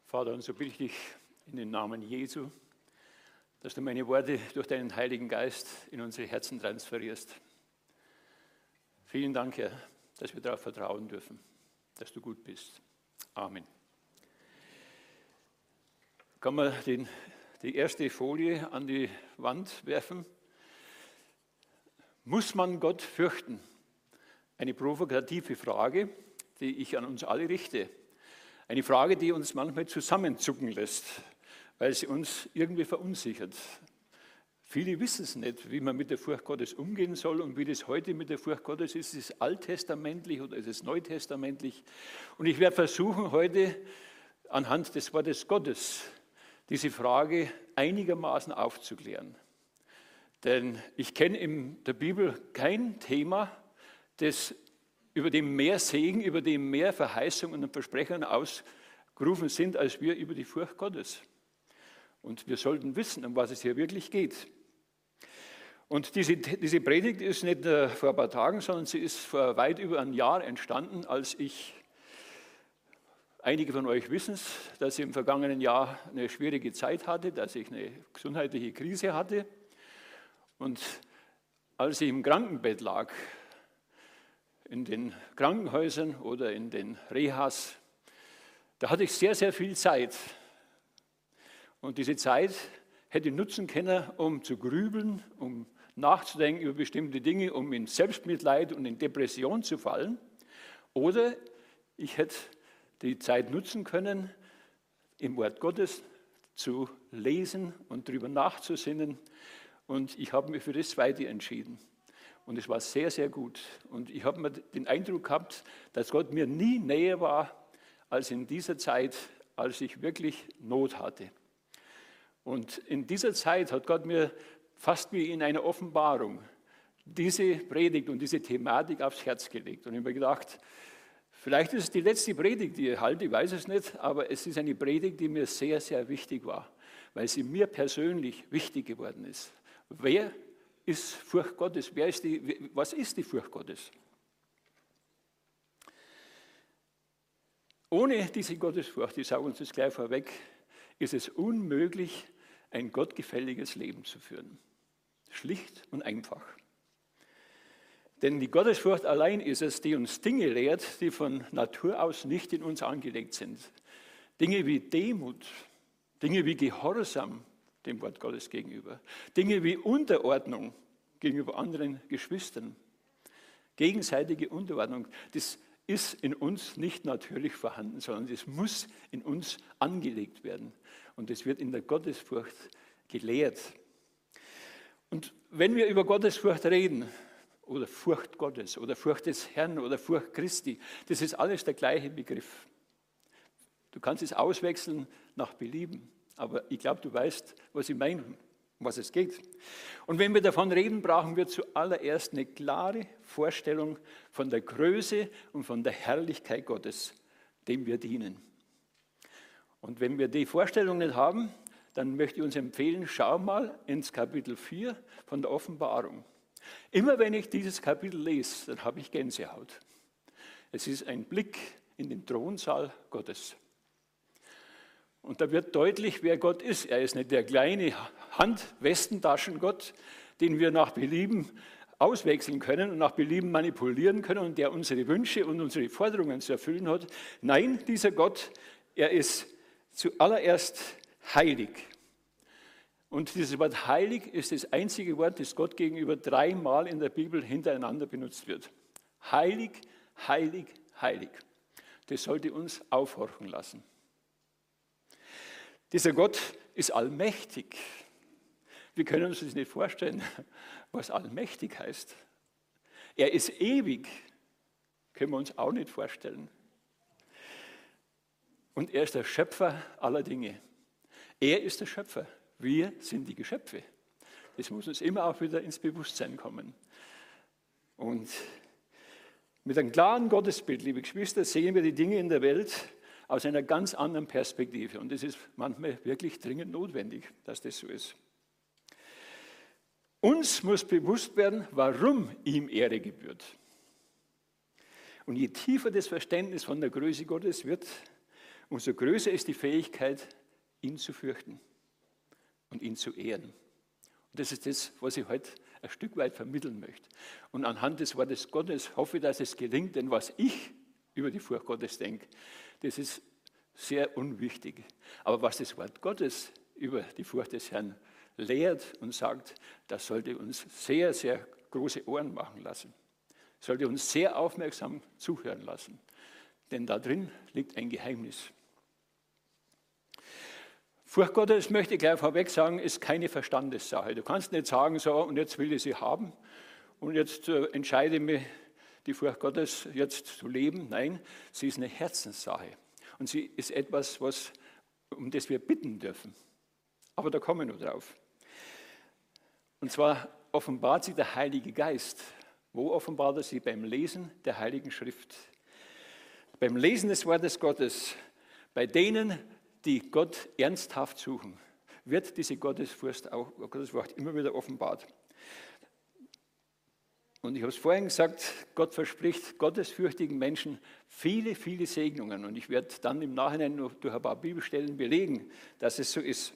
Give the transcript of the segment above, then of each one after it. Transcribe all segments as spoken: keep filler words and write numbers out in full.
Vater, und so bitte ich dich in den Namen Jesu, dass du meine Worte durch deinen Heiligen Geist in unsere Herzen transferierst. Vielen Dank, Herr, dass wir darauf vertrauen dürfen, dass du gut bist. Amen. Kann man den, die erste Folie an die Wand werfen? Muss man Gott fürchten? Eine provokative Frage, die ich an uns alle richte. Eine Frage, die uns manchmal zusammenzucken lässt, weil sie uns irgendwie verunsichert. Viele wissen es nicht, wie man mit der Furcht Gottes umgehen soll und wie das heute mit der Furcht Gottes ist. Ist es alttestamentlich oder ist es neutestamentlich? Und ich werde versuchen, heute anhand des Wortes Gottes diese Frage einigermaßen aufzuklären. Denn ich kenne in der Bibel kein Thema, das über dem mehr Segen, über dem mehr Verheißungen und Versprechungen ausgerufen sind, als wir über die Furcht Gottes. Und wir sollten wissen, um was es hier wirklich geht. Und diese, diese Predigt ist nicht äh, vor ein paar Tagen, sondern sie ist vor weit über ein Jahr entstanden, als ich, einige von euch wissen es, dass ich im vergangenen Jahr eine schwierige Zeit hatte, dass ich eine gesundheitliche Krise hatte. Und als ich im Krankenbett lag, in den Krankenhäusern oder in den Rehas, da hatte ich sehr, sehr viel Zeit. Und diese Zeit hätte ich nutzen können, um zu grübeln, um nachzudenken über bestimmte Dinge, um in Selbstmitleid und in Depression zu fallen. Oder ich hätte die Zeit nutzen können, im Wort Gottes zu lesen und darüber nachzusinnen. Und ich habe mich für das Zweite entschieden. Und es war sehr, sehr gut. Und ich habe mir den Eindruck gehabt, dass Gott mir nie näher war, als in dieser Zeit, als ich wirklich Not hatte. Und in dieser Zeit hat Gott mir fast wie in einer Offenbarung diese Predigt und diese Thematik aufs Herz gelegt. Und ich habe mir gedacht, vielleicht ist es die letzte Predigt, die ich halte, ich weiß es nicht, aber es ist eine Predigt, die mir sehr, sehr wichtig war, weil sie mir persönlich wichtig geworden ist. Wer ist Furcht Gottes? Wer ist die, was ist die Furcht Gottes? Ohne diese Gottesfurcht, ich sage uns das gleich vorweg, ist es unmöglich, ein gottgefälliges Leben zu führen. Schlicht und einfach. Denn die Gottesfurcht allein ist es, die uns Dinge lehrt, die von Natur aus nicht in uns angelegt sind. Dinge wie Demut, Dinge wie Gehorsam dem Wort Gottes gegenüber, Dinge wie Unterordnung gegenüber anderen Geschwistern, gegenseitige Unterordnung, das ist in uns nicht natürlich vorhanden, sondern das muss in uns angelegt werden. Und das wird in der Gottesfurcht gelehrt. Und wenn wir über Gottesfurcht reden, oder Furcht Gottes, oder Furcht des Herrn, oder Furcht Christi, das ist alles der gleiche Begriff. Du kannst es auswechseln nach Belieben, aber ich glaube, du weißt, was ich meine, um was es geht. Und wenn wir davon reden, brauchen wir zuallererst eine klare Vorstellung von der Größe und von der Herrlichkeit Gottes, dem wir dienen. Und wenn wir die Vorstellung nicht haben, dann möchte ich uns empfehlen, schau mal ins Kapitel vier von der Offenbarung. Immer wenn ich dieses Kapitel lese, dann habe ich Gänsehaut. Es ist ein Blick in den Thronsaal Gottes. Und da wird deutlich, wer Gott ist. Er ist nicht der kleine Hand-Westentaschen-Gott, den wir nach Belieben auswechseln können und nach Belieben manipulieren können und der unsere Wünsche und unsere Forderungen zu erfüllen hat. Nein, dieser Gott, er ist zuallererst heilig. Und dieses Wort heilig ist das einzige Wort, das Gott gegenüber dreimal in der Bibel hintereinander benutzt wird. Heilig, heilig, heilig. Das sollte uns aufhorchen lassen. Dieser Gott ist allmächtig. Wir können uns das nicht vorstellen, was allmächtig heißt. Er ist ewig. Können wir uns auch nicht vorstellen. Und er ist der Schöpfer aller Dinge. Er ist der Schöpfer. Wir sind die Geschöpfe. Das muss uns immer auch wieder ins Bewusstsein kommen. Und mit einem klaren Gottesbild, liebe Geschwister, sehen wir die Dinge in der Welt aus einer ganz anderen Perspektive. Und es ist manchmal wirklich dringend notwendig, dass das so ist. Uns muss bewusst werden, warum ihm Ehre gebührt. Und je tiefer das Verständnis von der Größe Gottes wird, umso größer ist die Fähigkeit, ihn zu fürchten und ihn zu ehren. Und das ist das, was ich heute ein Stück weit vermitteln möchte. Und anhand des Wortes Gottes hoffe ich, dass es gelingt, denn was ich über die Furcht Gottes denke, das ist sehr unwichtig. Aber was das Wort Gottes über die Furcht des Herrn lehrt und sagt, das sollte uns sehr, sehr große Ohren machen lassen. Sollte uns sehr aufmerksam zuhören lassen. Denn da drin liegt ein Geheimnis. Furcht Gottes, möchte ich gleich vorweg sagen, ist keine Verstandessache. Du kannst nicht sagen, so, und jetzt will ich sie haben und jetzt äh, entscheide ich mich, die Furcht Gottes jetzt zu leben. Nein, sie ist eine Herzenssache. Und sie ist etwas, was, um das wir bitten dürfen. Aber da kommen wir noch drauf. Und zwar offenbart sie der Heilige Geist. Wo offenbart er sie? Beim Lesen der Heiligen Schrift. Beim Lesen des Wortes Gottes, bei denen, die Gott ernsthaft suchen, wird diese Gottesfurcht auch, Gottesfurcht immer wieder offenbart. Und ich habe es vorhin gesagt, Gott verspricht gottesfürchtigen Menschen viele, viele Segnungen. Und ich werde dann im Nachhinein noch durch ein paar Bibelstellen belegen, dass es so ist.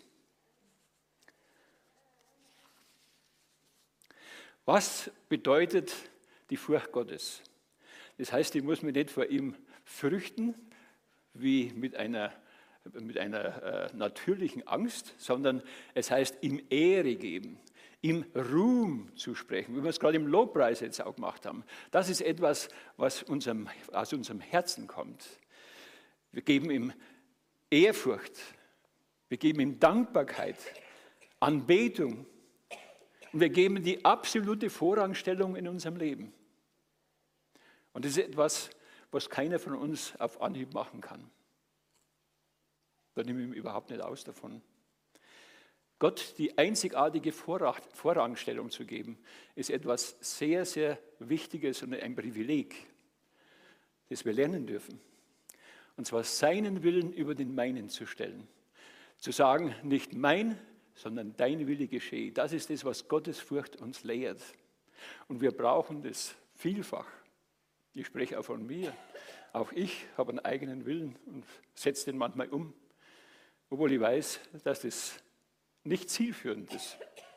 Was bedeutet die Furcht Gottes? Das heißt, ich muss mich nicht vor ihm fürchten, wie mit einer mit einer äh, natürlichen Angst, sondern es heißt, ihm Ehre geben, ihm Ruhm zu sprechen, wie wir es gerade im Lobpreis jetzt auch gemacht haben. Das ist etwas, was unserem, aus unserem Herzen kommt. Wir geben ihm Ehrfurcht, wir geben ihm Dankbarkeit, Anbetung und wir geben die absolute Vorrangstellung in unserem Leben. Und das ist etwas, was keiner von uns auf Anhieb machen kann. Da nehme ich mich überhaupt nicht aus davon. Gott die einzigartige Vorrangstellung zu geben, ist etwas sehr, sehr Wichtiges und ein Privileg, das wir lernen dürfen. Und zwar seinen Willen über den meinen zu stellen. Zu sagen, nicht mein, sondern dein Wille geschehe. Das ist das, was Gottesfurcht uns lehrt. Und wir brauchen das vielfach. Ich spreche auch von mir. Auch ich habe einen eigenen Willen und setze den manchmal um. Obwohl ich weiß, dass das nicht zielführend ist.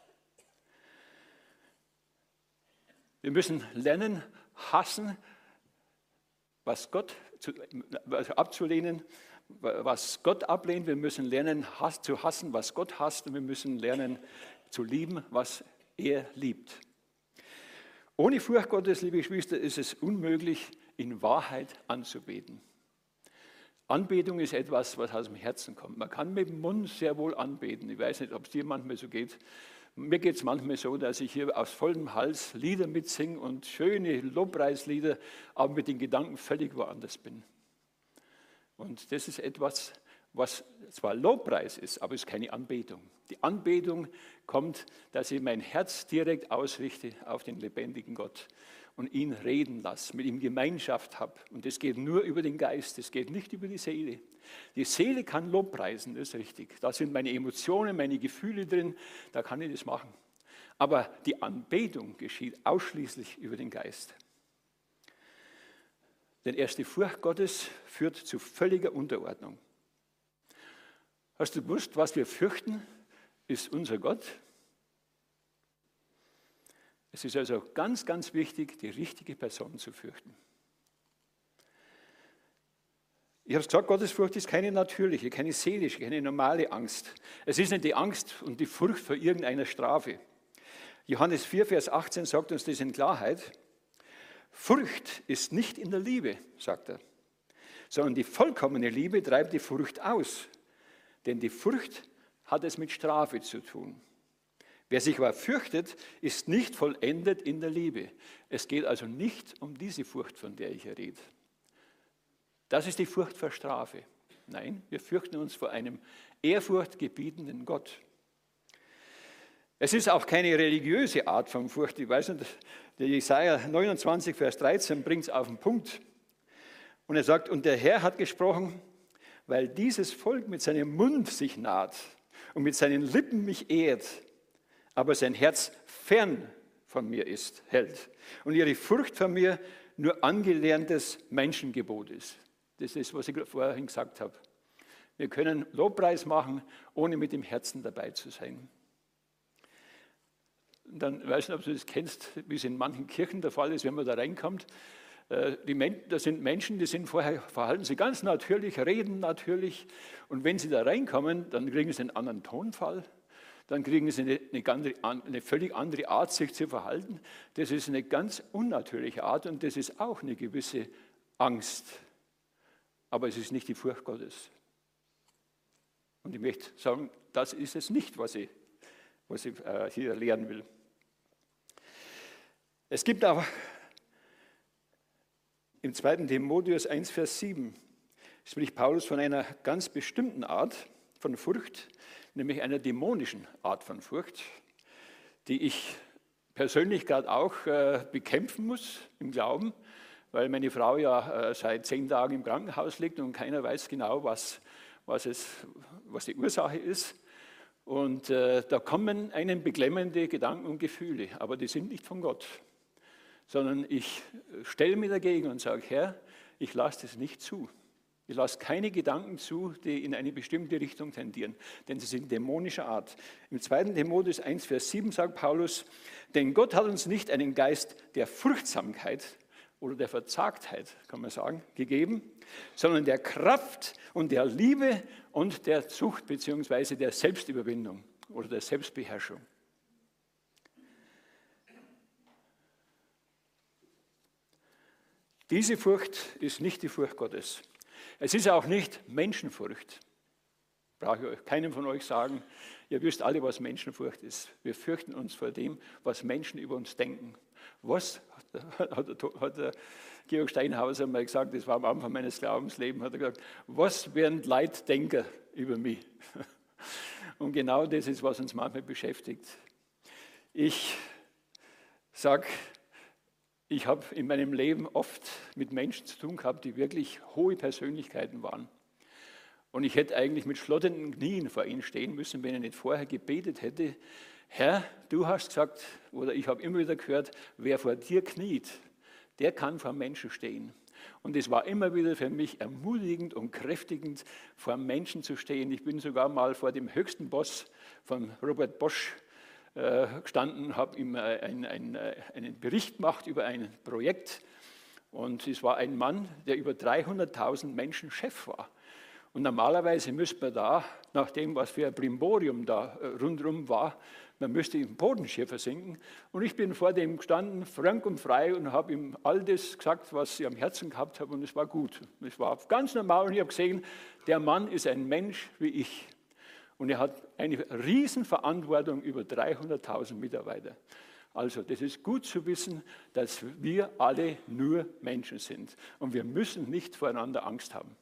Wir müssen lernen, hassen, was Gott also abzulehnen, was Gott ablehnt. Wir müssen lernen, Hass, zu hassen, was Gott hasst. Und wir müssen lernen, zu lieben, was er liebt. Ohne Furcht Gottes, liebe Geschwister, ist es unmöglich, in Wahrheit anzubeten. Anbetung ist etwas, was aus dem Herzen kommt. Man kann mit dem Mund sehr wohl anbeten. Ich weiß nicht, ob es dir manchmal so geht. Mir geht es manchmal so, dass ich hier aus vollem Hals Lieder mitsinge und schöne Lobpreislieder, aber mit den Gedanken völlig woanders bin. Und das ist etwas, was zwar Lobpreis ist, aber es ist keine Anbetung. Die Anbetung kommt, dass ich mein Herz direkt ausrichte auf den lebendigen Gott und ihn reden lasse, mit ihm Gemeinschaft habe. Und das geht nur über den Geist, das geht nicht über die Seele. Die Seele kann Lobpreisen, das ist richtig. Da sind meine Emotionen, meine Gefühle drin, da kann ich das machen. Aber die Anbetung geschieht ausschließlich über den Geist. Denn erst die Furcht Gottes führt zu völliger Unterordnung. Hast du gewusst, was wir fürchten, ist unser Gott? Es ist also ganz, ganz wichtig, die richtige Person zu fürchten. Ich habe es gesagt, Gottesfurcht ist keine natürliche, keine seelische, keine normale Angst. Es ist nicht die Angst und die Furcht vor irgendeiner Strafe. Johannes vier, Vers achtzehn sagt uns das in Klarheit. Furcht ist nicht in der Liebe, sagt er, sondern die vollkommene Liebe treibt die Furcht aus. Denn die Furcht hat es mit Strafe zu tun. Wer sich aber fürchtet, ist nicht vollendet in der Liebe. Es geht also nicht um diese Furcht, von der ich hier rede. Das ist die Furcht vor Strafe. Nein, wir fürchten uns vor einem ehrfurchtgebietenden Gott. Es ist auch keine religiöse Art von Furcht. Ich weiß nicht, der Jesaja neunundzwanzig, Vers dreizehn bringt es auf den Punkt. Und er sagt, und der Herr hat gesprochen, weil dieses Volk mit seinem Mund sich naht und mit seinen Lippen mich ehrt, aber sein Herz fern von mir ist, hält. Und ihre Furcht vor mir nur angelerntes Menschengebot ist. Das ist, was ich vorhin gesagt habe. Wir können Lobpreis machen, ohne mit dem Herzen dabei zu sein. Und dann, ich weiß nicht, ob du das kennst, wie es in manchen Kirchen der Fall ist, wenn man da reinkommt. Die Men- das sind Menschen, die sind vorher, verhalten sich ganz natürlich, reden natürlich. Und wenn sie da reinkommen, dann kriegen sie einen anderen Tonfall. Dann kriegen sie eine, eine, ganz, eine völlig andere Art, sich zu verhalten. Das ist eine ganz unnatürliche Art und das ist auch eine gewisse Angst. Aber es ist nicht die Furcht Gottes. Und ich möchte sagen, das ist es nicht, was ich, was ich äh, hier lehren will. Es gibt aber im zweiten Timotheus eins, Vers sieben, spricht Paulus von einer ganz bestimmten Art von Furcht, nämlich einer dämonischen Art von Furcht, die ich persönlich gerade auch äh, bekämpfen muss im Glauben, weil meine Frau ja äh, seit zehn Tagen im Krankenhaus liegt und keiner weiß genau, was, was, es, was die Ursache ist. Und äh, da kommen einem beklemmende Gedanken und Gefühle, aber die sind nicht von Gott, sondern ich stelle mich dagegen und sage, Herr, ich lasse das nicht zu. Ich lasse keine Gedanken zu, die in eine bestimmte Richtung tendieren, denn sie sind dämonischer Art. Im zweiten Timotheus eins, Vers sieben sagt Paulus, denn Gott hat uns nicht einen Geist der Furchtsamkeit oder der Verzagtheit, kann man sagen, gegeben, sondern der Kraft und der Liebe und der Zucht bzw. der Selbstüberwindung oder der Selbstbeherrschung. Diese Furcht ist nicht die Furcht Gottes. Es ist auch nicht Menschenfurcht. Brauche ich euch keinem von euch sagen, ihr wisst alle, was Menschenfurcht ist. Wir fürchten uns vor dem, was Menschen über uns denken. Was, hat der, hat der Georg Steinhauser mal gesagt, das war am Anfang meines Glaubenslebens, hat er gesagt, was werden Leute denken über mich? Und genau das ist, was uns manchmal beschäftigt. Ich sage, ich habe in meinem Leben oft mit Menschen zu tun gehabt, die wirklich hohe Persönlichkeiten waren. Und ich hätte eigentlich mit schlotternden Knien vor ihnen stehen müssen, wenn ich nicht vorher gebetet hätte, Herr, du hast gesagt, oder ich habe immer wieder gehört, wer vor dir kniet, der kann vor Menschen stehen. Und es war immer wieder für mich ermutigend und kräftigend, vor Menschen zu stehen. Ich bin sogar mal vor dem höchsten Boss von Robert Bosch gestanden, habe ihm ein, ein, einen Bericht gemacht über ein Projekt. Und es war ein Mann, der über dreihunderttausend Menschen Chef war. Und normalerweise müsste man da, nach dem, was für ein Brimborium da rundherum war, man müsste im Bodenschier versinken. Und ich bin vor dem gestanden, frank und frei, und habe ihm all das gesagt, was ich am Herzen gehabt habe. Und es war gut. Es war ganz normal. Und ich habe gesehen, der Mann ist ein Mensch wie ich. Und er hat eine Riesenverantwortung über dreihunderttausend Mitarbeiter. Also das ist gut zu wissen, dass wir alle nur Menschen sind. Und wir müssen nicht voreinander Angst haben.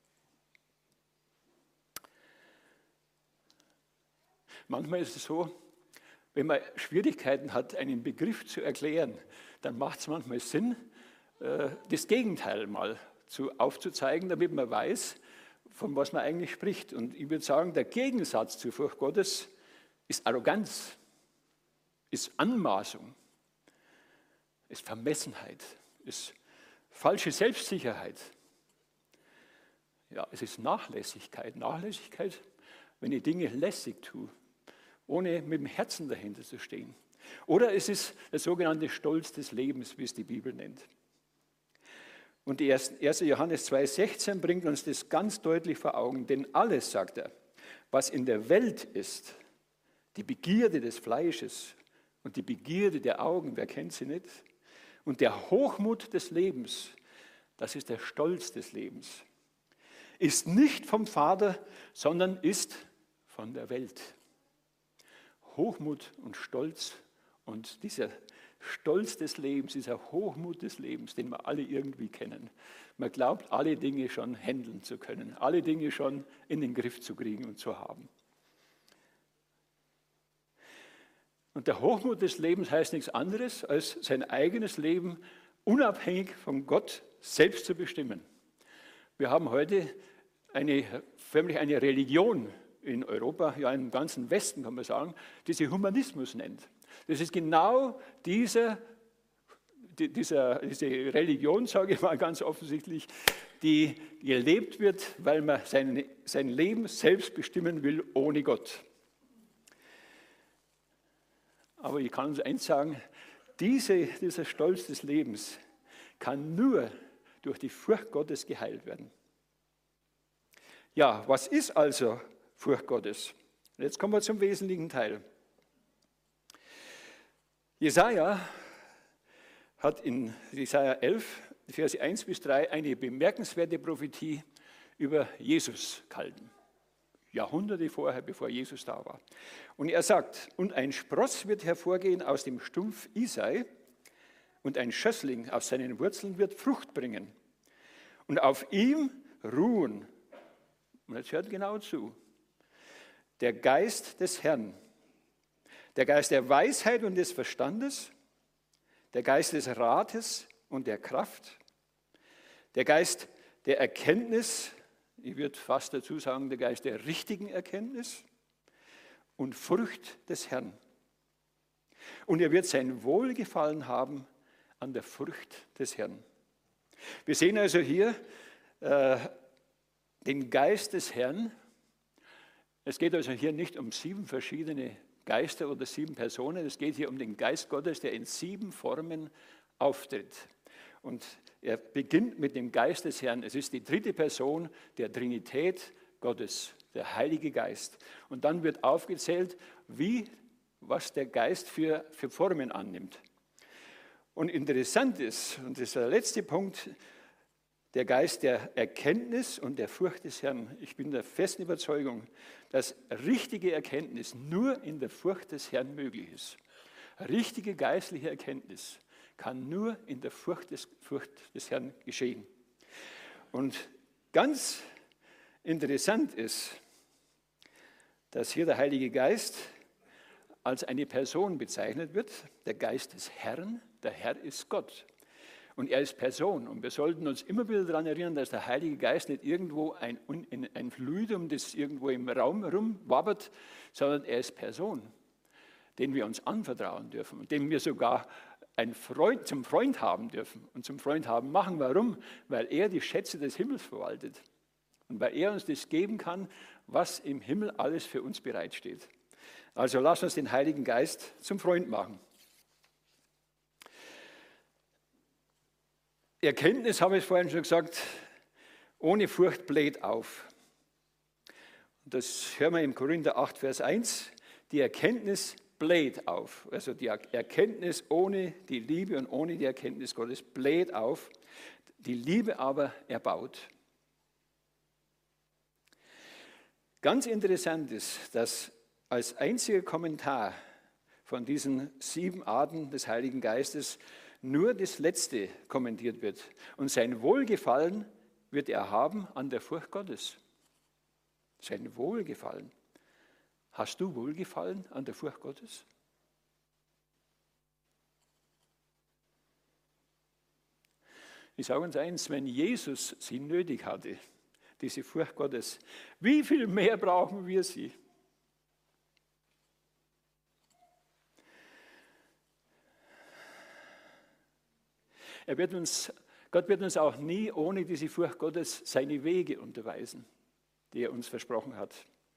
Manchmal ist es so, wenn man Schwierigkeiten hat, einen Begriff zu erklären, dann macht es manchmal Sinn, das Gegenteil mal aufzuzeigen, damit man weiß, von was man eigentlich spricht. Und ich würde sagen, der Gegensatz zur Furcht Gottes ist Arroganz, ist Anmaßung, ist Vermessenheit, ist falsche Selbstsicherheit. Ja, es ist Nachlässigkeit. Nachlässigkeit, wenn ich Dinge lässig tue, ohne mit dem Herzen dahinter zu stehen. Oder es ist der sogenannte Stolz des Lebens, wie es die Bibel nennt. Und die erste Johannes zwei sechzehn bringt uns das ganz deutlich vor Augen. Denn alles, sagt er, was in der Welt ist, die Begierde des Fleisches und die Begierde der Augen, wer kennt sie nicht? Und der Hochmut des Lebens, das ist der Stolz des Lebens, ist nicht vom Vater, sondern ist von der Welt. Hochmut und Stolz und dieser Stolz des Lebens, dieser Hochmut des Lebens, den wir alle irgendwie kennen. Man glaubt, alle Dinge schon handeln zu können, alle Dinge schon in den Griff zu kriegen und zu haben. Und der Hochmut des Lebens heißt nichts anderes, als sein eigenes Leben unabhängig von Gott selbst zu bestimmen. Wir haben heute eine, förmlich eine Religion in Europa, ja im ganzen Westen kann man sagen, die sich Humanismus nennt. Das ist genau dieser, dieser, diese Religion, sage ich mal ganz offensichtlich, die gelebt wird, weil man sein, sein Leben selbst bestimmen will, ohne Gott. Aber ich kann uns eins sagen, diese, dieser Stolz des Lebens kann nur durch die Furcht Gottes geheilt werden. Ja, was ist also Furcht Gottes? Und jetzt kommen wir zum wesentlichen Teil. Jesaja hat in Jesaja elf, Verse eins bis drei, eine bemerkenswerte Prophetie über Jesus gehalten. Jahrhunderte vorher, bevor Jesus da war. Und er sagt, und ein Spross wird hervorgehen aus dem Stumpf Isai, und ein Schössling aus seinen Wurzeln wird Frucht bringen. Und auf ihm ruhen, und jetzt hört genau zu, der Geist des Herrn, der Geist der Weisheit und des Verstandes, der Geist des Rates und der Kraft, der Geist der Erkenntnis, ich würde fast dazu sagen, der Geist der richtigen Erkenntnis und Furcht des Herrn. Und er wird sein Wohlgefallen haben an der Furcht des Herrn. Wir sehen also hier äh, den Geist des Herrn. Es geht also hier nicht um sieben verschiedene Geister oder sieben Personen. Es geht hier um den Geist Gottes, der in sieben Formen auftritt. Und er beginnt mit dem Geist des Herrn. Es ist die dritte Person der Trinität Gottes, der Heilige Geist. Und dann wird aufgezählt, wie, was der Geist für, für Formen annimmt. Und interessant ist, und das ist der letzte Punkt, der Geist der Erkenntnis und der Furcht des Herrn. Ich bin der festen Überzeugung, dass richtige Erkenntnis nur in der Furcht des Herrn möglich ist. Richtige geistliche Erkenntnis kann nur in der Furcht des, Furcht des Herrn geschehen. Und ganz interessant ist, dass hier der Heilige Geist als eine Person bezeichnet wird, der Geist des Herrn. Der Herr ist Gott. Und er ist Person. Und wir sollten uns immer wieder daran erinnern, dass der Heilige Geist nicht irgendwo ein, ein Fluidum, das irgendwo im Raum rumwabbert, sondern er ist Person, den wir uns anvertrauen dürfen und den wir sogar einen Freund, zum Freund haben dürfen und zum Freund haben machen. Warum? Weil er die Schätze des Himmels verwaltet und weil er uns das geben kann, was im Himmel alles für uns bereitsteht. Also lass uns den Heiligen Geist zum Freund machen. Erkenntnis, habe ich vorhin schon gesagt, ohne Furcht bläht auf. Und das hören wir im Korinther acht, Vers eins. Die Erkenntnis bläht auf. Also die Erkenntnis ohne die Liebe und ohne die Erkenntnis Gottes bläht auf. Die Liebe aber erbaut. Ganz interessant ist, dass als einziger Kommentar von diesen sieben Arten des Heiligen Geistes nur das Letzte kommentiert wird. Und sein Wohlgefallen wird er haben an der Furcht Gottes. Sein Wohlgefallen. Hast du Wohlgefallen an der Furcht Gottes? Ich sage uns eins, wenn Jesus sie nötig hatte, diese Furcht Gottes, wie viel mehr brauchen wir sie? Er wird uns, Gott wird uns auch nie ohne diese Furcht Gottes seine Wege unterweisen, die er uns versprochen hat.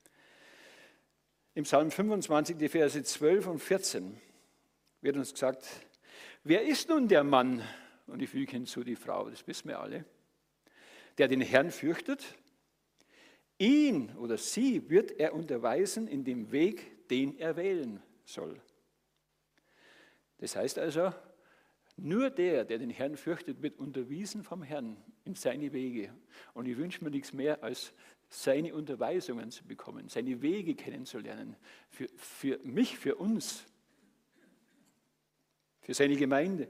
Im Psalm fünfundzwanzig, die Verse zwölf und vierzehn, wird uns gesagt, wer ist nun der Mann, und ich füge hinzu die Frau, das wissen wir alle, der den Herrn fürchtet? Ihn oder sie wird er unterweisen in dem Weg, den er wählen soll. Das heißt also, nur der, der den Herrn fürchtet, wird unterwiesen vom Herrn in seine Wege. Und ich wünsche mir nichts mehr, als seine Unterweisungen zu bekommen, seine Wege kennenzulernen. Für, für mich, für uns, für seine Gemeinde.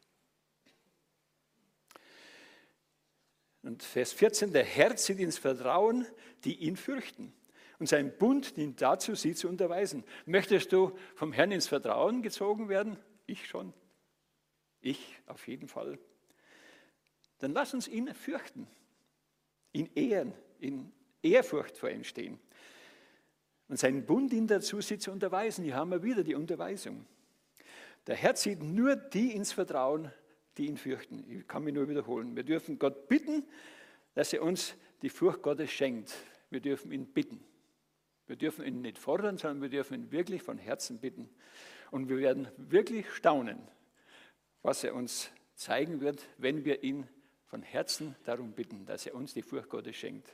Und Vers vierzehn, der Herr zieht ins Vertrauen, die ihn fürchten. Und sein Bund dient dazu, sie zu unterweisen. Möchtest du vom Herrn ins Vertrauen gezogen werden? Ich schon. Ich auf jeden Fall. Dann lass uns ihn fürchten, ihn ehren, in Ehrfurcht vor ihm stehen. Und sein Bund dient dazu, sie zu unterweisen. Hier haben wir wieder die Unterweisung. Der Herr zieht nur die ins Vertrauen, die ihn fürchten. Ich kann mich nur wiederholen. Wir dürfen Gott bitten, dass er uns die Furcht Gottes schenkt. Wir dürfen ihn bitten. Wir dürfen ihn nicht fordern, sondern wir dürfen ihn wirklich von Herzen bitten. Und wir werden wirklich staunen, was er uns zeigen wird, wenn wir ihn von Herzen darum bitten, dass er uns die Furcht Gottes schenkt.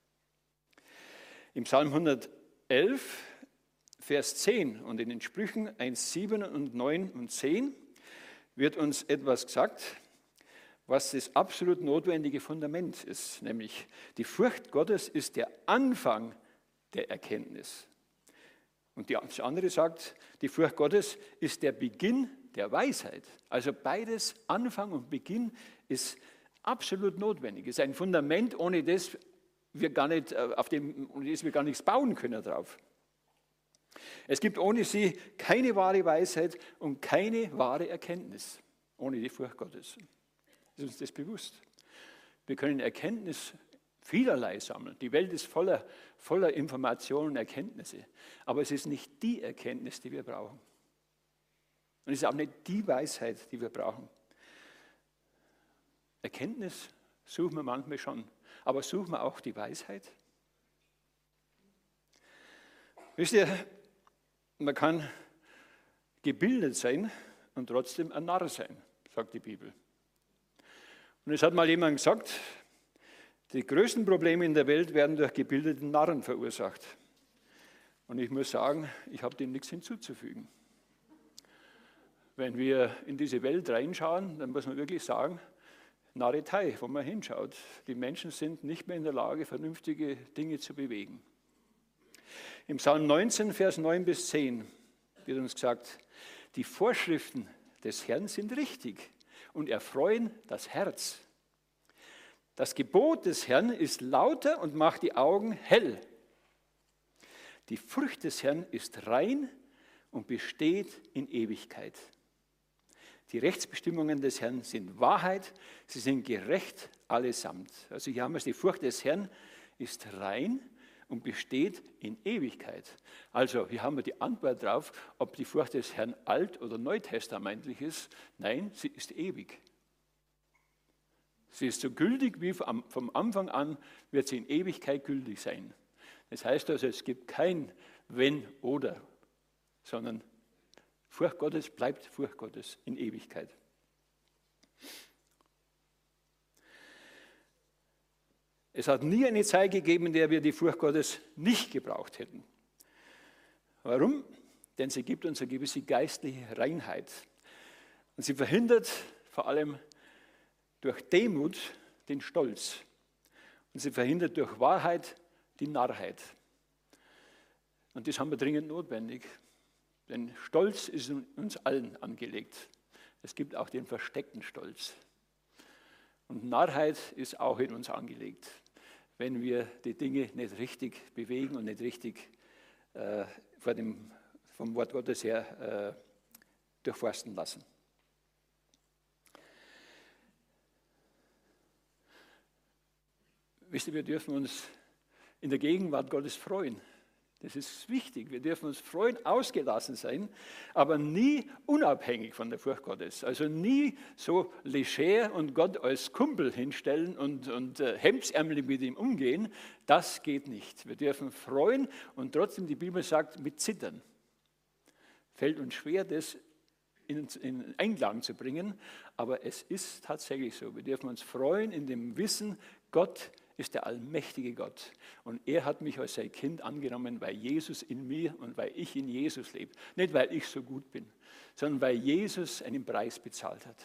Im Psalm hundertelf, Vers zehn und in den Sprüchen eins, sieben und neun und zehn wird uns etwas gesagt, was das absolut notwendige Fundament ist, nämlich die Furcht Gottes ist der Anfang der Erkenntnis. Und das andere sagt, die Furcht Gottes ist der Beginn der Weisheit. Also beides, Anfang und Beginn, ist absolut notwendig. Es ist ein Fundament, ohne das wir gar nicht, auf dem ohne das wir gar nichts bauen können drauf. Es gibt ohne sie keine wahre Weisheit und keine wahre Erkenntnis, ohne die Furcht Gottes. Ist uns das bewusst? Wir können Erkenntnis vielerlei sammeln. Die Welt ist voller, voller Informationen und Erkenntnisse. Aber es ist nicht die Erkenntnis, die wir brauchen. Und es ist auch nicht die Weisheit, die wir brauchen. Erkenntnis suchen wir manchmal schon, aber suchen wir auch die Weisheit? Wisst ihr, man kann gebildet sein und trotzdem ein Narr sein, sagt die Bibel. Und es hat mal jemand gesagt, die größten Probleme in der Welt werden durch gebildete Narren verursacht. Und ich muss sagen, ich habe dem nichts hinzuzufügen. Wenn wir in diese Welt reinschauen, dann muss man wirklich sagen, Narretei, wo man hinschaut. Die Menschen sind nicht mehr in der Lage, vernünftige Dinge zu bewegen. Im Psalm neunzehn, Vers neun bis zehn wird uns gesagt, die Vorschriften des Herrn sind richtig und erfreuen das Herz. Das Gebot des Herrn ist lauter und macht die Augen hell. Die Furcht des Herrn ist rein und besteht in Ewigkeit. Die Rechtsbestimmungen des Herrn sind Wahrheit, sie sind gerecht allesamt. Also hier haben wir es, die Furcht des Herrn ist rein und besteht in Ewigkeit. Also hier haben wir die Antwort darauf, ob die Furcht des Herrn alt- oder neutestamentlich ist. Nein, sie ist ewig. Sie ist so gültig wie vom Anfang an, wird sie in Ewigkeit gültig sein. Das heißt also, es gibt kein Wenn oder, sondern Furcht Gottes bleibt Furcht Gottes in Ewigkeit. Es hat nie eine Zeit gegeben, in der wir die Furcht Gottes nicht gebraucht hätten. Warum? Denn sie gibt uns eine gewisse geistliche Reinheit. Und sie verhindert vor allem durch Demut den Stolz. Und sie verhindert durch Wahrheit die Narrheit. Und das haben wir dringend notwendig. Denn Stolz ist in uns allen angelegt. Es gibt auch den versteckten Stolz. Und Narrheit ist auch in uns angelegt, wenn wir die Dinge nicht richtig bewegen und nicht richtig äh, vor dem, vom Wort Gottes her äh, durchforsten lassen. Wisst ihr, wir dürfen uns in der Gegenwart Gottes freuen. Das ist wichtig. Wir dürfen uns freuen, ausgelassen sein, aber nie unabhängig von der Furcht Gottes. Also nie so leger und Gott als Kumpel hinstellen und, und äh, hemdsärmelig mit ihm umgehen. Das geht nicht. Wir dürfen freuen und trotzdem, die Bibel sagt, mit Zittern. Fällt uns schwer, das in, in Einklang zu bringen, aber es ist tatsächlich so. Wir dürfen uns freuen in dem Wissen, Gott ist der allmächtige Gott. Und er hat mich als sein Kind angenommen, weil Jesus in mir und weil ich in Jesus lebe. Nicht, weil ich so gut bin, sondern weil Jesus einen Preis bezahlt hat.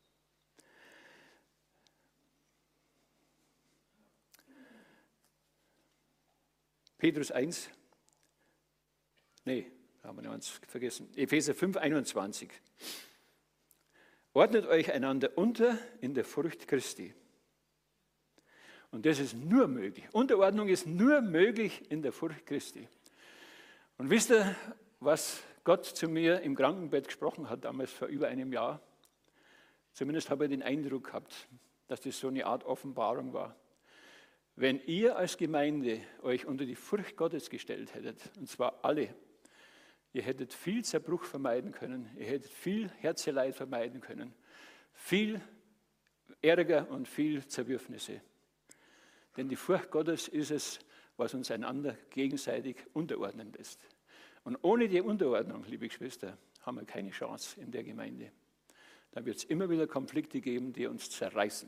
Petrus eins, nee, haben wir noch eins vergessen. Epheser fünf, einundzwanzig. Ordnet euch einander unter in der Furcht Christi. Und das ist nur möglich. Unterordnung ist nur möglich in der Furcht Christi. Und wisst ihr, was Gott zu mir im Krankenbett gesprochen hat, damals vor über einem Jahr? Zumindest habe ich den Eindruck gehabt, dass das so eine Art Offenbarung war. Wenn ihr als Gemeinde euch unter die Furcht Gottes gestellt hättet, und zwar alle, ihr hättet viel Zerbruch vermeiden können, ihr hättet viel Herzeleid vermeiden können, viel Ärger und viel Zerwürfnisse. Denn die Furcht Gottes ist es, was uns einander gegenseitig unterordnen lässt. Und ohne die Unterordnung, liebe Geschwister, haben wir keine Chance in der Gemeinde. Da wird es immer wieder Konflikte geben, die uns zerreißen.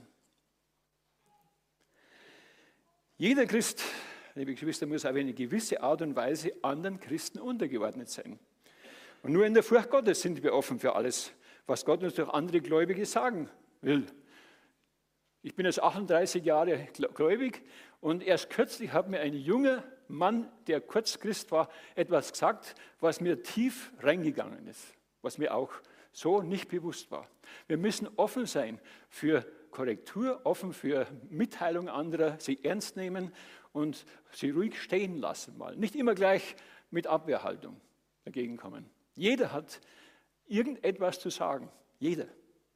Jeder Christ, liebe Geschwister, muss auf eine gewisse Art und Weise anderen Christen untergeordnet sein. Und nur in der Furcht Gottes sind wir offen für alles, was Gott uns durch andere Gläubige sagen will. Ich bin jetzt achtunddreißig Jahre gläubig und erst kürzlich hat mir ein junger Mann, der kurz Christ war, etwas gesagt, was mir tief reingegangen ist, was mir auch so nicht bewusst war. Wir müssen offen sein für Korrektur, offen für Mitteilung anderer, sie ernst nehmen und sie ruhig stehen lassen mal. Nicht immer gleich mit Abwehrhaltung dagegen kommen. Jeder hat irgendetwas zu sagen. Jeder.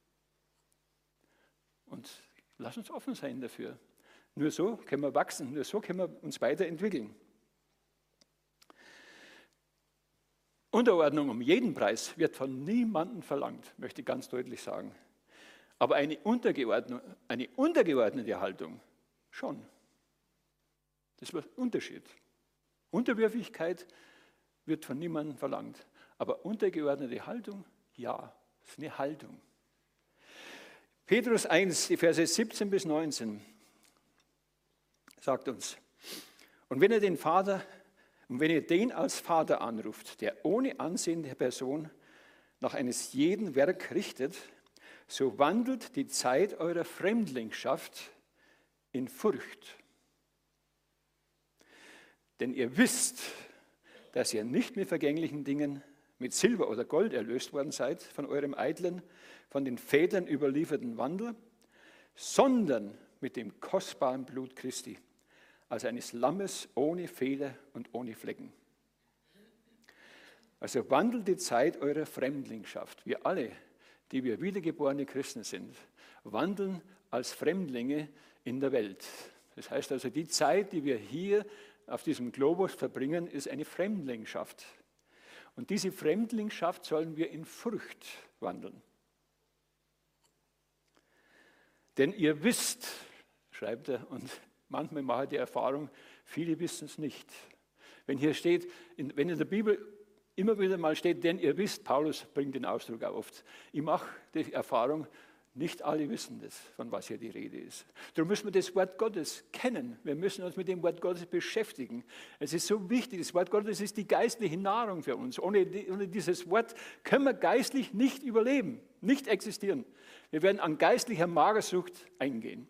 Und lass uns offen sein dafür. Nur so können wir wachsen, nur so können wir uns weiterentwickeln. Unterordnung um jeden Preis wird von niemandem verlangt, möchte ich ganz deutlich sagen. Aber eine, Untergeordnung, eine untergeordnete Haltung schon. Das ist ein Unterschied. Unterwürfigkeit wird von niemandem verlangt. Aber untergeordnete Haltung, ja, das ist eine Haltung. Petrus eins, die Verse siebzehn bis neunzehn, sagt uns, und wenn ihr den Vater, und wenn ihr den als Vater anruft, der ohne Ansehen der Person nach eines jeden Werk richtet, so wandelt die Zeit eurer Fremdlingschaft in Furcht. Denn ihr wisst, dass ihr nicht mit vergänglichen Dingen, mit Silber oder Gold erlöst worden seid, von eurem eitlen, von den Vätern überlieferten Wandel, sondern mit dem kostbaren Blut Christi, als eines Lammes ohne Fehler und ohne Flecken. Also wandelt die Zeit eurer Fremdlingschaft. Wir alle, die wir wiedergeborene Christen sind, wandeln als Fremdlinge in der Welt. Das heißt also, die Zeit, die wir hier auf diesem Globus verbringen, ist eine Fremdlingschaft. Und diese Fremdlingschaft sollen wir in Furcht wandeln. Denn ihr wisst, schreibt er, und manchmal mache ich die Erfahrung, viele wissen es nicht. Wenn hier steht, in, wenn in der Bibel immer wieder mal steht, denn ihr wisst, Paulus bringt den Ausdruck auch oft. Ich mache die Erfahrung, nicht alle wissen das, von was hier die Rede ist. Darum müssen wir das Wort Gottes kennen. Wir müssen uns mit dem Wort Gottes beschäftigen. Es ist so wichtig, das Wort Gottes ist die geistliche Nahrung für uns. Ohne, ohne dieses Wort können wir geistlich nicht überleben, nicht existieren. Wir werden an geistlicher Magersucht eingehen.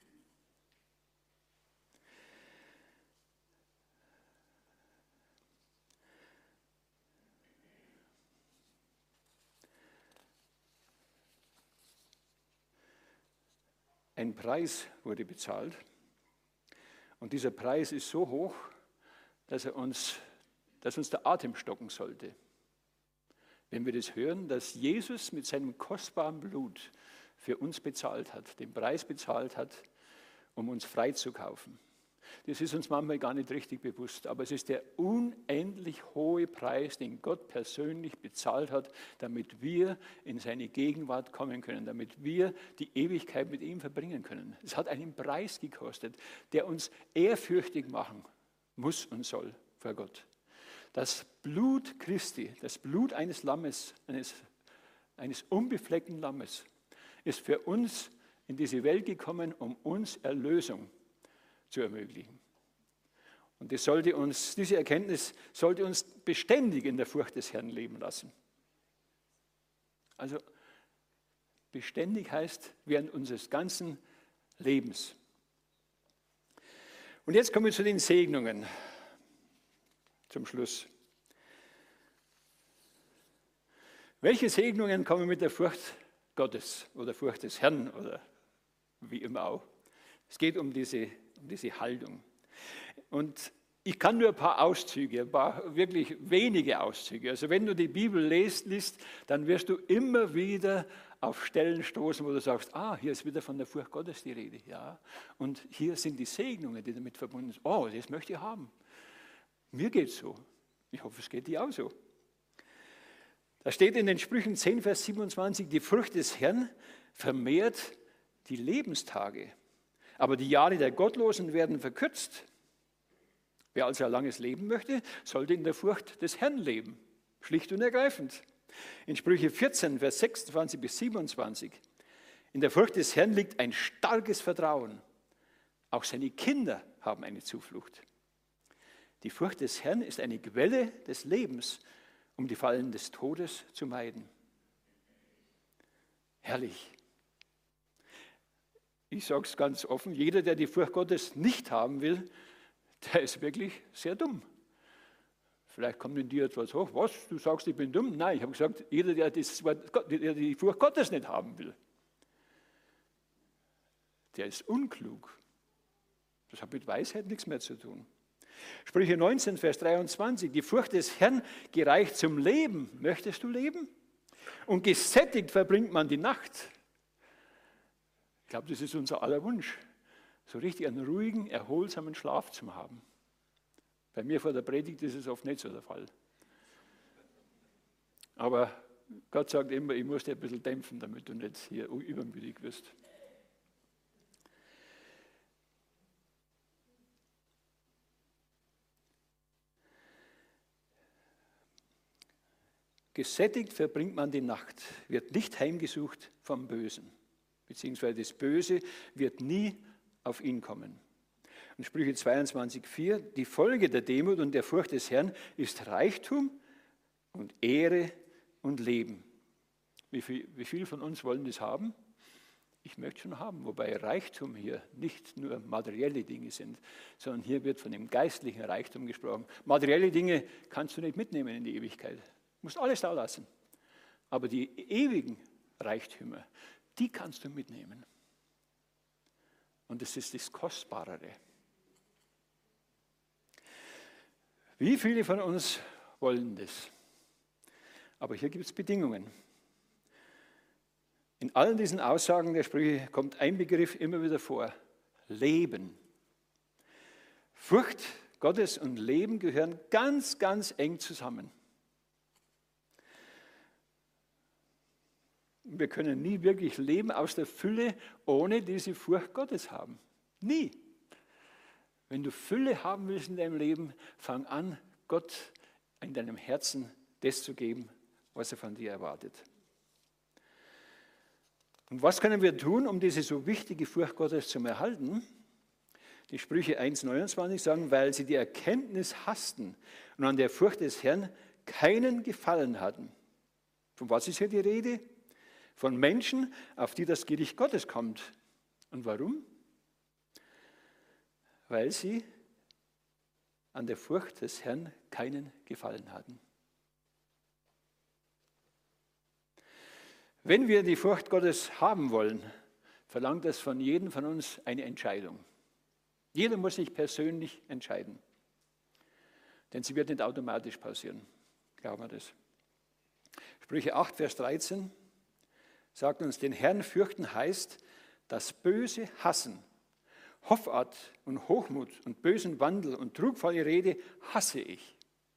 Ein Preis wurde bezahlt und dieser Preis ist so hoch, dass, er uns, dass uns der Atem stocken sollte. Wenn wir das hören, dass Jesus mit seinem kostbaren Blut für uns bezahlt hat, den Preis bezahlt hat, um uns freizukaufen. Das ist uns manchmal gar nicht richtig bewusst, aber es ist der unendlich hohe Preis, den Gott persönlich bezahlt hat, damit wir in seine Gegenwart kommen können, damit wir die Ewigkeit mit ihm verbringen können. Es hat einen Preis gekostet, der uns ehrfürchtig machen muss und soll vor Gott. Das Blut Christi, das Blut eines Lammes, eines, eines unbefleckten Lammes, ist für uns in diese Welt gekommen, um uns Erlösung zu ermöglichen. Und das sollte uns, diese Erkenntnis sollte uns beständig in der Furcht des Herrn leben lassen. Also beständig heißt während unseres ganzen Lebens. Und jetzt kommen wir zu den Segnungen zum Schluss. Welche Segnungen kommen mit der Furcht Gottes oder Furcht des Herrn oder wie immer auch? Es geht um diese um diese Haltung. Und ich kann nur ein paar Auszüge, ein paar wirklich wenige Auszüge. Also wenn du die Bibel liest, liest, dann wirst du immer wieder auf Stellen stoßen, wo du sagst, ah, hier ist wieder von der Furcht Gottes die Rede. Ja. Und hier sind die Segnungen, die damit verbunden sind. Oh, das möchte ich haben. Mir geht es so. Ich hoffe, es geht dir auch so. Da steht in den Sprüchen zehn, Vers siebenundzwanzig, die Furcht des Herrn vermehrt die Lebenstage. Aber die Jahre der Gottlosen werden verkürzt. Wer also ein langes Leben möchte, sollte in der Furcht des Herrn leben. Schlicht und ergreifend. In Sprüche vierzehn, Vers sechsundzwanzig bis siebenundzwanzig. In der Furcht des Herrn liegt ein starkes Vertrauen. Auch seine Kinder haben eine Zuflucht. Die Furcht des Herrn ist eine Quelle des Lebens, um die Fallen des Todes zu meiden. Herrlich. Ich sage es ganz offen, jeder, der die Furcht Gottes nicht haben will, der ist wirklich sehr dumm. Vielleicht kommt in dir etwas hoch. Was, du sagst, ich bin dumm? Nein, ich habe gesagt, jeder, der, das Wort, der die Furcht Gottes nicht haben will, der ist unklug. Das hat mit Weisheit nichts mehr zu tun. Sprüche neunzehn, Vers dreiundzwanzig. Die Furcht des Herrn gereicht zum Leben. Möchtest du leben? Und gesättigt verbringt man die Nacht. Ich glaube, das ist unser aller Wunsch, so richtig einen ruhigen, erholsamen Schlaf zu haben. Bei mir vor der Predigt ist es oft nicht so der Fall. Aber Gott sagt immer, ich muss dich ein bisschen dämpfen, damit du nicht hier übermütig wirst. Gesättigt verbringt man die Nacht, wird nicht heimgesucht vom Bösen, beziehungsweise das Böse wird nie auf ihn kommen. Und Sprüche zweiundzwanzig, vier, die Folge der Demut und der Furcht des Herrn ist Reichtum und Ehre und Leben. Wie viel, wie viel von uns wollen das haben? Ich möchte schon haben, wobei Reichtum hier nicht nur materielle Dinge sind, sondern hier wird von dem geistlichen Reichtum gesprochen. Materielle Dinge kannst du nicht mitnehmen in die Ewigkeit. Du musst alles da lassen. Aber die ewigen Reichtümer, die kannst du mitnehmen. Und das ist das Kostbarere. Wie viele von uns wollen das? Aber hier gibt es Bedingungen. In allen diesen Aussagen der Sprüche kommt ein Begriff immer wieder vor. Leben. Furcht Gottes und Leben gehören ganz, ganz eng zusammen. Wir können nie wirklich leben aus der Fülle, ohne diese Furcht Gottes haben. Nie. Wenn du Fülle haben willst in deinem Leben, fang an, Gott in deinem Herzen das zu geben, was er von dir erwartet. Und was können wir tun, um diese so wichtige Furcht Gottes zu erhalten? Die Sprüche eins neunundzwanzig sagen, weil sie die Erkenntnis hassten und an der Furcht des Herrn keinen Gefallen hatten. Von was ist hier die Rede? Von Menschen, auf die das Gericht Gottes kommt. Und warum? Weil sie an der Furcht des Herrn keinen Gefallen hatten. Wenn wir die Furcht Gottes haben wollen, verlangt das von jedem von uns eine Entscheidung. Jeder muss sich persönlich entscheiden. Denn sie wird nicht automatisch passieren. Glauben wir das. Sprüche acht, Vers dreizehn sagt uns, den Herrn fürchten heißt, das Böse hassen. Hoffart und Hochmut und bösen Wandel und trugvolle Rede hasse ich.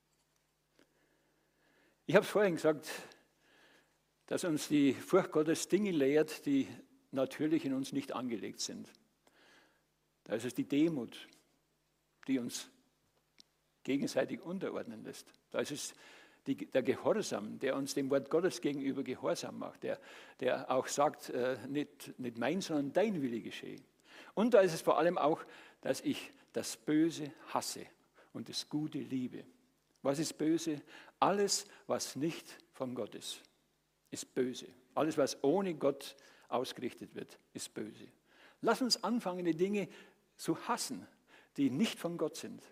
Ich habe es vorhin gesagt, dass uns die Furcht Gottes Dinge lehrt, die natürlich in uns nicht angelegt sind. Da ist es die Demut, die uns gegenseitig unterordnen lässt. Da ist es die, der Gehorsam, der uns dem Wort Gottes gegenüber gehorsam macht, der, der auch sagt, äh, nicht, nicht mein, sondern dein Wille geschehe. Und da ist es vor allem auch, dass ich das Böse hasse und das Gute liebe. Was ist böse? Alles, was nicht von Gott ist, ist böse. Alles, was ohne Gott ausgerichtet wird, ist böse. Lass uns anfangen, die Dinge zu hassen, die nicht von Gott sind.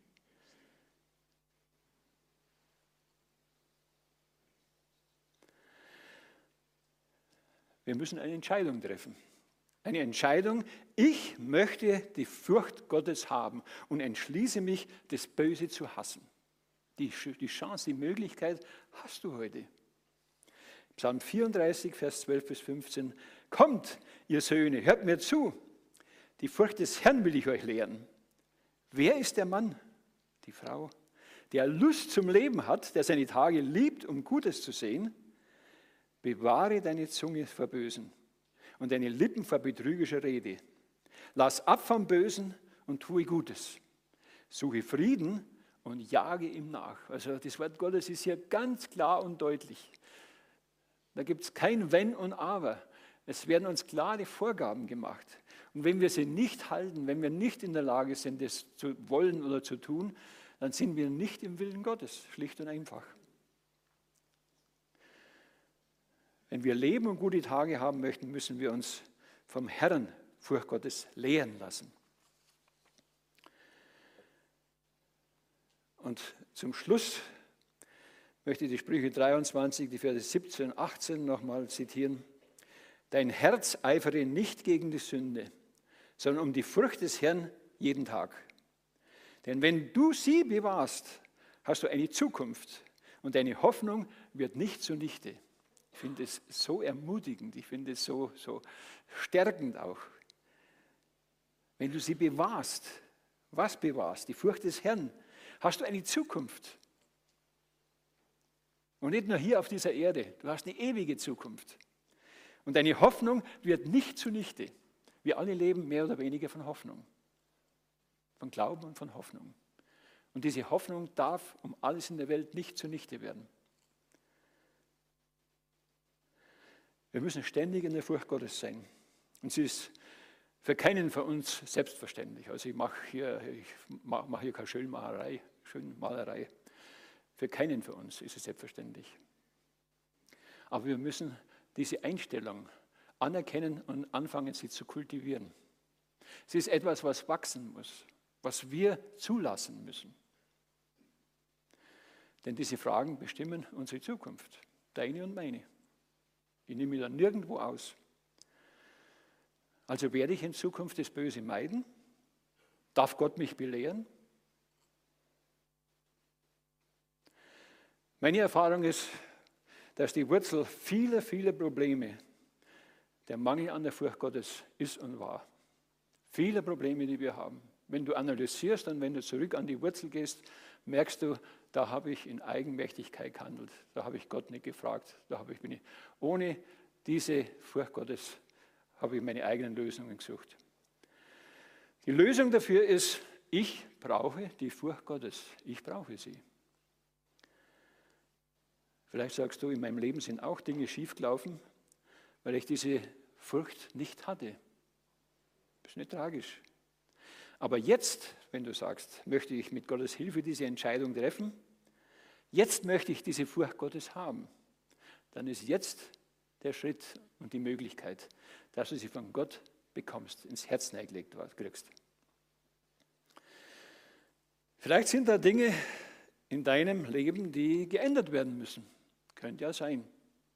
Wir müssen eine Entscheidung treffen. Eine Entscheidung, ich möchte die Furcht Gottes haben und entschließe mich, das Böse zu hassen. Die, die Chance, die Möglichkeit hast du heute. Psalm vierunddreißig, Vers zwölf bis fünfzehn. Kommt, ihr Söhne, hört mir zu. Die Furcht des Herrn will ich euch lehren. Wer ist der Mann, die Frau, der Lust zum Leben hat, der seine Tage liebt, um Gutes zu sehen? Bewahre deine Zunge vor Bösen und deine Lippen vor betrügerischer Rede. Lass ab vom Bösen und tue Gutes. Suche Frieden und jage ihm nach. Also das Wort Gottes ist hier ganz klar und deutlich. Da gibt es kein Wenn und Aber. Es werden uns klare Vorgaben gemacht. Und wenn wir sie nicht halten, wenn wir nicht in der Lage sind, das zu wollen oder zu tun, dann sind wir nicht im Willen Gottes, schlicht und einfach. Wenn wir leben und gute Tage haben möchten, müssen wir uns vom Herrn Furcht Gottes lehren lassen. Und zum Schluss möchte ich die Sprüche dreiundzwanzig, die Verse siebzehn und achtzehn nochmal zitieren. Dein Herz eifere nicht gegen die Sünde, sondern um die Furcht des Herrn jeden Tag. Denn wenn du sie bewahrst, hast du eine Zukunft und deine Hoffnung wird nicht zunichte. Ich finde es so ermutigend, ich finde es so, so stärkend auch. Wenn du sie bewahrst, was bewahrst? Die Furcht des Herrn, hast du eine Zukunft. Und nicht nur hier auf dieser Erde, du hast eine ewige Zukunft. Und deine Hoffnung wird nicht zunichte. Wir alle leben mehr oder weniger von Hoffnung. Von Glauben und von Hoffnung. Und diese Hoffnung darf um alles in der Welt nicht zunichte werden. Wir müssen ständig in der Furcht Gottes sein. Und sie ist für keinen von uns selbstverständlich. Also ich mache hier, ich mache hier keine Schönmalerei, Schönmalerei. Für keinen von uns ist es selbstverständlich. Aber wir müssen diese Einstellung anerkennen und anfangen, sie zu kultivieren. Es ist etwas, was wachsen muss, was wir zulassen müssen. Denn diese Fragen bestimmen unsere Zukunft, deine und meine. Ich nehme mich da nirgendwo aus. Also werde ich in Zukunft das Böse meiden? Darf Gott mich belehren? Meine Erfahrung ist, dass die Wurzel vieler, vieler Probleme der Mangel an der Furcht Gottes ist und war. Viele Probleme, die wir haben. Wenn du analysierst und wenn du zurück an die Wurzel gehst, merkst du, da habe ich in Eigenmächtigkeit gehandelt. Da habe ich Gott nicht gefragt. Da habe ich, bin ich, ohne diese Furcht Gottes habe ich meine eigenen Lösungen gesucht. Die Lösung dafür ist, ich brauche die Furcht Gottes. Ich brauche sie. Vielleicht sagst du, in meinem Leben sind auch Dinge schiefgelaufen, weil ich diese Furcht nicht hatte. Das ist nicht tragisch. Aber jetzt, wenn du sagst, möchte ich mit Gottes Hilfe diese Entscheidung treffen, jetzt möchte ich diese Furcht Gottes haben, dann ist jetzt der Schritt und die Möglichkeit, dass du sie von Gott bekommst, ins Herz hineingelegt kriegst. Vielleicht sind da Dinge in deinem Leben, die geändert werden müssen. Könnte ja sein.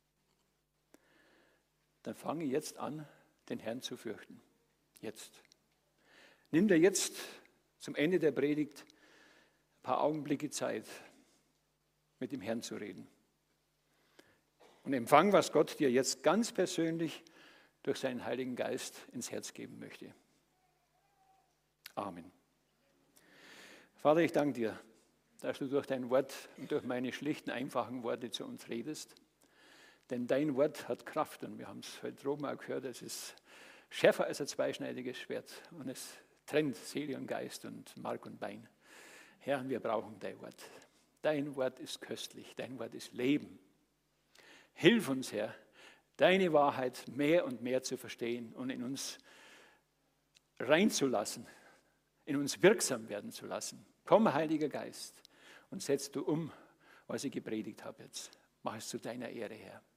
Dann fange jetzt an, den Herrn zu fürchten. Jetzt. Nimm dir jetzt zum Ende der Predigt ein paar Augenblicke Zeit, mit dem Herrn zu reden. Und empfang, was Gott dir jetzt ganz persönlich durch seinen Heiligen Geist ins Herz geben möchte. Amen. Vater, ich danke dir, dass du durch dein Wort und durch meine schlichten, einfachen Worte zu uns redest. Denn dein Wort hat Kraft und wir haben es heute oben auch gehört, es ist schärfer als ein zweischneidiges Schwert und es trennt Seele und Geist und Mark und Bein. Herr, wir brauchen dein Wort. Dein Wort ist köstlich, dein Wort ist Leben. Hilf uns, Herr, deine Wahrheit mehr und mehr zu verstehen und in uns reinzulassen, in uns wirksam werden zu lassen. Komm, Heiliger Geist, und setz du um, was ich gepredigt habe jetzt. Mach es zu deiner Ehre, Herr.